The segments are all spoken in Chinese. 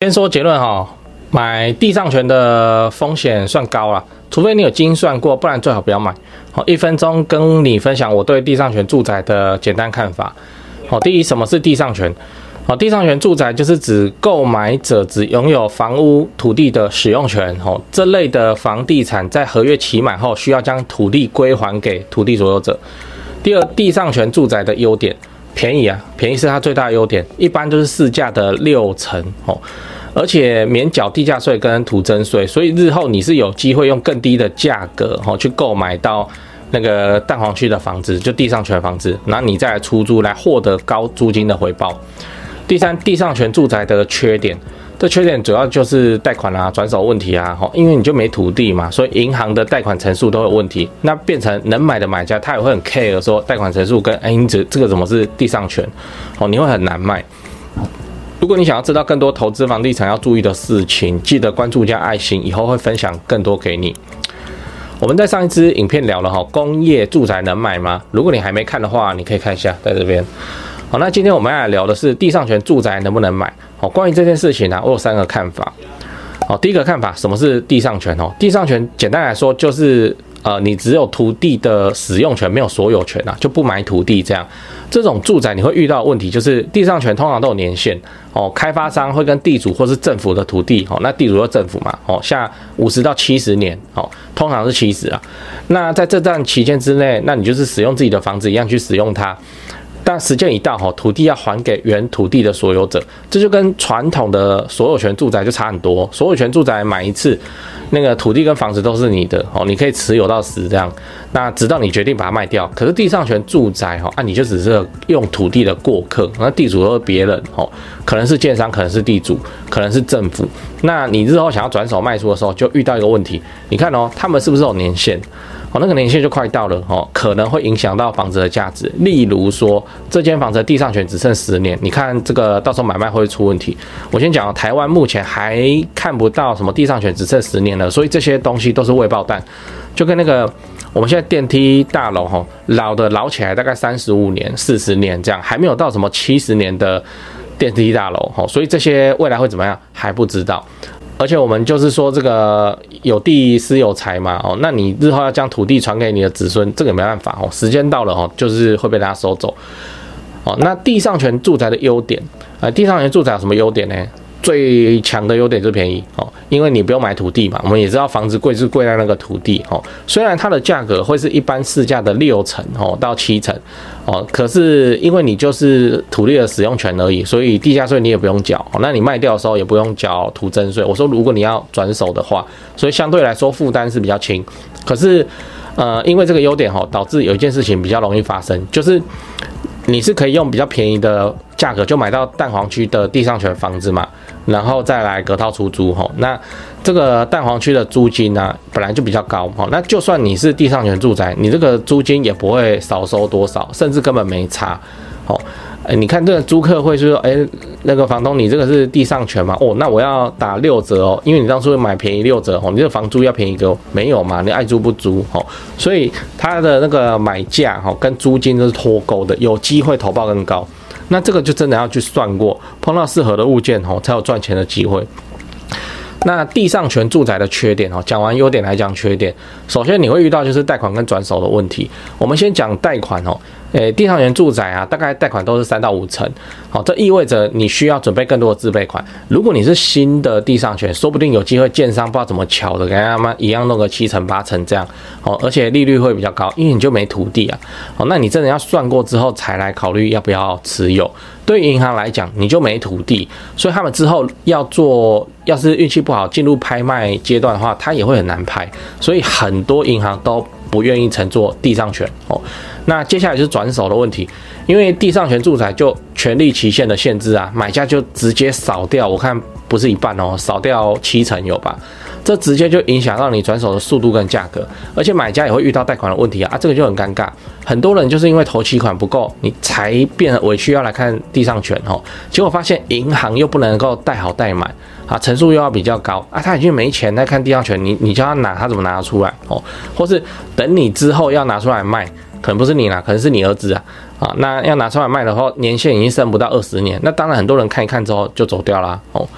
先说结论哈，买地上权的风险算高啦，除非你有精算过，不然最好不要买。好，1分钟跟你分享我对地上权住宅的简单看法。好，第一，什么是地上权？好，地上权住宅就是指购买者只拥有房屋土地的使用权。好，这类的房地产在合约期满后，需要将土地归还给土地所有者。第二，地上权住宅的优点，便宜啊，便宜是它最大的优点，一般都是市价的60%。而且免缴地价税跟土增税，所以日后你是有机会用更低的价格去购买到那个蛋黄区的房子，就地上权房子，然后你再来出租来获得高租金的回报。第三，地上权住宅的缺点，这缺点主要就是贷款啊、转手问题啊，因为你就没土地嘛，所以银行的贷款成数都有问题，那变成能买的买家他也会很 care 说贷款成数跟你这个怎么是地上权，你会很难卖。如果你想要知道更多投资房地产要注意的事情，记得关注加爱心，以后会分享更多给你。我们在上一支影片聊了工业住宅能买吗？如果你还没看的话，你可以看一下，在这边。好，那今天我们要来聊的是地上权住宅能不能买。关于这件事情我有3个看法。第一个看法，什么是地上权？地上权简单来说就是你只有土地的使用权，没有所有权就不买土地这样。这种住宅你会遇到的问题就是地上权通常都有年限开发商会跟地主或是政府的土地那地主就是政府嘛下50到70年通常是70啊。那在这段期间之内，那你就是使用自己的房子一样去使用它。但时间一到土地要还给原土地的所有者，这就跟传统的所有权住宅就差很多。所有权住宅买一次，那个土地跟房子都是你的你可以持有到死这样，那直到你决定把它卖掉。可是地上权住宅你就只是用土地的过客，那地主都是别人可能是建商，可能是地主，可能是政府。那你日后想要转手卖出的时候，就遇到一个问题，你看他们是不是有年限？那个年限就快到了可能会影响到房子的价值。例如说，这间房子的地上权只剩10年，你看这个到时候买卖会出问题。我先讲，台湾目前还看不到什么地上权只剩10年了，所以这些东西都是未爆弹。就跟那个我们现在电梯大楼老起来大概35年、40年这样，还没有到什么70年的电梯大楼所以这些未来会怎么样还不知道。而且我们就是说这个有地私有财嘛那你日后要将土地传给你的子孙，这个没办法时间到了就是会被大家收走那地上权住宅的优点地上权住宅有什么优点呢？最强的优点就是便宜因为你不用买土地嘛。我们也知道房子贵是贵在那个土地虽然它的价格会是一般市价的60%到70%可是因为你就是土地的使用权而已，所以地价税你也不用缴那你卖掉的时候也不用缴土增税。我说如果你要转手的话，所以相对来说负担是比较轻。可是因为这个优点导致有一件事情比较容易发生，就是你是可以用比较便宜的价格就买到蛋黄区的地上权房子嘛，然后再来隔套出租那这个蛋黄区的租金呢本来就比较高那就算你是地上权住宅，你这个租金也不会少收多少，甚至根本没差你看这个租客会说那个房东你这个是地上权嘛那我要打6折因为你当初买便宜6折你这个房租要便宜给我，没有嘛，你爱租不租所以他的那个买价跟租金都是脱钩的，有机会投报更高。那这个就真的要去算过，碰到适合的物件才有赚钱的机会。那地上权住宅的缺点讲完优点来讲缺点，首先你会遇到就是贷款跟转手的问题。我们先讲贷款地上权住宅大概贷款都是3到5成这意味着你需要准备更多的自备款。如果你是新的地上权，说不定有机会建商不知道怎么巧的给他们一样弄个7成8成这样而且利率会比较高，因为你就没土地那你真的要算过之后才来考虑要不要持有。对于银行来讲，你就没土地，所以他们之后要做，要是运气不好进入拍卖阶段的话，它也会很难拍，所以很多银行都不愿意承做地上权那接下来就是转手的问题，因为地上权住宅就权利期限的限制买家就直接扫掉，我看不是一半扫掉7成有吧，这直接就影响到你转手的速度跟价格，而且买家也会遇到贷款的问题这个就很尴尬。很多人就是因为头期款不够，你才变得委屈要来看地上权结果发现银行又不能够贷好贷满成数又要比较高他已经没钱在看地上权，你叫他拿，他怎么拿得出来或是等你之后要拿出来卖，可能不是你啦，可能是你儿子那要拿出来卖的话，年限已经剩不到20年，那当然很多人看一看之后就走掉啦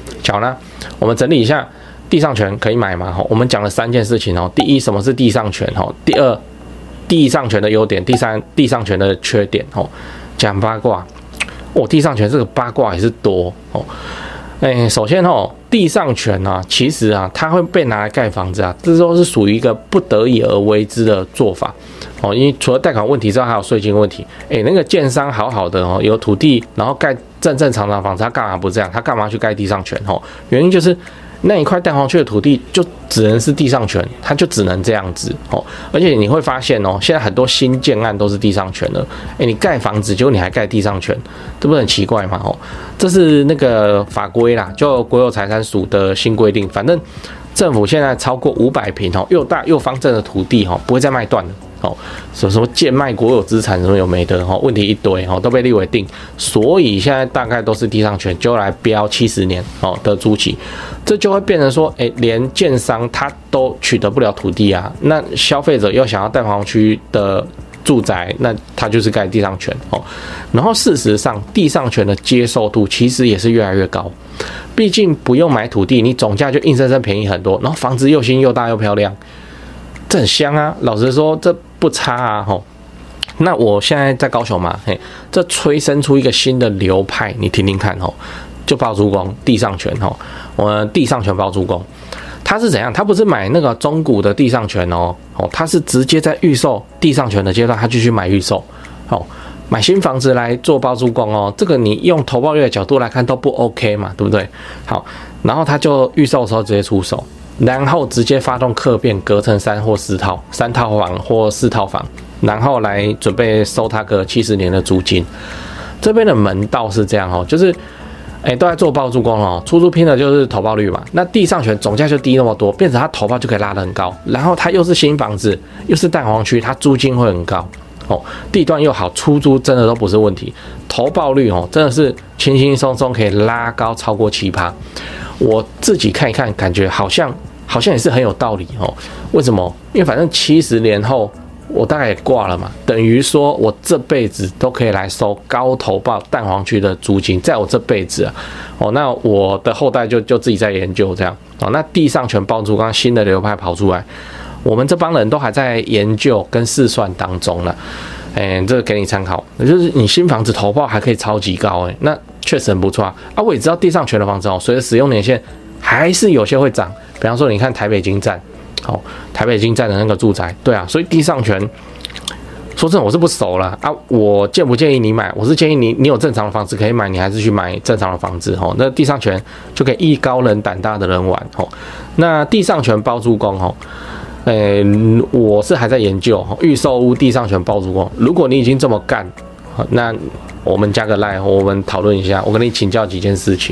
好，那我们整理一下，地上权可以买吗？我们讲了3件事情哦。第一，什么是地上权？第二，地上权的优点；第三，地上权的缺点。讲八卦，地上权这个八卦也是多哦。首先地上权啊，其实啊，它会被拿来盖房子啊，这都是属于一个不得已而为之的做法因为除了贷款问题之外，还有税金问题。那个建商好好的有土地，然后盖正常的房子，他干嘛不这样？他干嘛去盖地上权？原因就是那一块蛋黄区的土地就只能是地上权，它就只能这样子而且你会发现现在很多新建案都是地上权了。你盖房子，结果你还盖地上权，这不是很奇怪吗？这是那个法规啦，就国有财产署的新规定。反正政府现在超过500坪又大又方正的土地不会再卖断了。什么贱卖国有资产什么有没的问题一堆都被立委定，所以现在大概都是地上权就来标70年的租期，这就会变成说，连建商他都取得不了土地啊，那消费者又想要蛋黄区的住宅，那他就是盖地上权然后事实上，地上权的接受度其实也是越来越高，毕竟不用买土地，你总价就硬生生便宜很多，然后房子又新又大又漂亮，这很香啊！老实说，这不差啊那我现在在高雄嘛，这催生出一个新的流派，你听听看就包租公地上权我地上权包租公，他是怎样？他不是买那个中古的地上权他是直接在预售地上权的阶段，他就去买预售买新房子来做包租公这个你用投报率的角度来看都不 OK 嘛，对不对？好，然后他就预售的时候直接出手。然后直接发动客变，隔成3或4套，3套房或4套房，然后来准备收他个70年的租金。这边的门道是这样就是都在做包租公出租拼的就是投报率嘛。那地上权总价就低那么多，变成他投报就可以拉得很高，然后他又是新房子，又是蛋黄区，他租金会很高地段又好，出租真的都不是问题。投报率真的是轻轻松松可以拉高超过7%。我自己看一看，感觉好像也是很有道理为什么？因为反正70年后我大概也挂了嘛，等于说我这辈子都可以来收高投报蛋黄区的租金，在我这辈子那我的后代就自己在研究这样那地上权包租公新的流派跑出来，我们这帮人都还在研究跟试算当中了。这个给你参考，就是你新房子投报还可以超级高那确实很不错啊。我也知道地上权的房子随着使用年限还是有些会涨，比方说你看台北京站台北京站的那个住宅，对啊，所以地上权说真的我是不熟了我建不建议你买？我是建议你有正常的房子可以买，你还是去买正常的房子那地上权就可以艺高人胆大的人玩那地上权包租公我是还在研究预售屋地上权包租公。如果你已经这么干，那我们加个 LINE， 我们讨论一下，我跟你请教几件事情。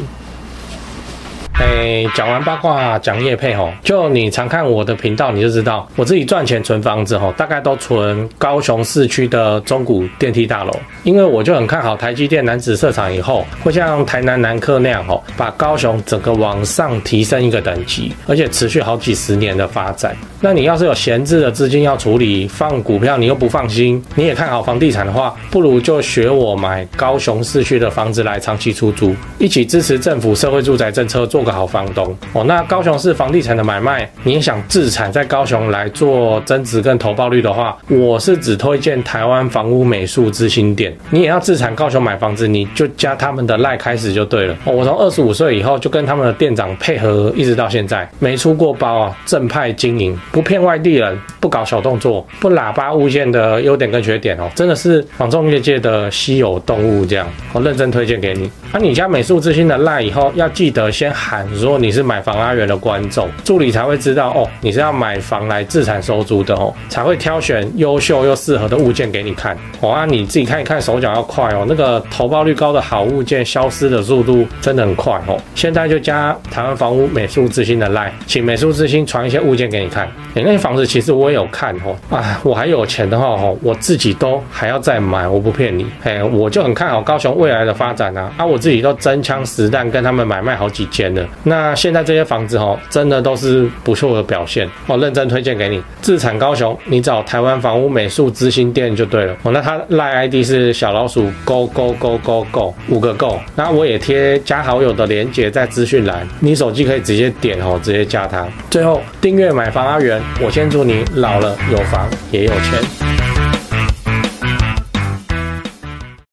讲完八卦，讲业配就你常看我的频道，你就知道我自己赚钱存房子大概都存高雄市区的中古电梯大楼，因为我就很看好台积电楠梓设厂以后，会像台南南科那样把高雄整个往上提升一个等级，而且持续好几十年的发展。那你要是有闲置的资金要处理，放股票你又不放心，你也看好房地产的话，不如就学我买高雄市区的房子来长期出租，一起支持政府社会住宅政策，做个好房东那高雄市房地产的买卖，你也想自产在高雄来做增值跟投报率的话，我是只推荐台湾房屋美术之星店。你也要自产高雄买房子，你就加他们的赖开始就对了我从25岁以后就跟他们的店长配合，一直到现在没出过包正派经营，不骗外地人，不搞小动作，不喇叭物件的优点跟缺点真的是房仲业界的稀有动物这样我认真推荐给你。你加美术之星的赖以后，要记得先喊说你是买房阿元的观众，助理才会知道你是要买房来自产收租的才会挑选优秀又适合的物件给你看你自己看一看，手脚要快那个投报率高的好物件消失的速度真的很快现在就加台湾房屋美术之星的赖，请美术之星传一些物件给你看那些房子其实我也有看我还有钱的话我自己都还要再买，我不骗你我就很看好高雄未来的发展我自己都真枪实弹跟他们买卖好几间了那现在这些房子真的都是不错的表现认真推荐给你。自产高雄，你找台湾房屋美术资新店就对了那他赖 ID 是小老鼠 go 5个 go。那我也贴加好友的连结在资讯栏，你手机可以直接点直接加他。最后订阅买房阿元，我先祝你老了有房也有钱。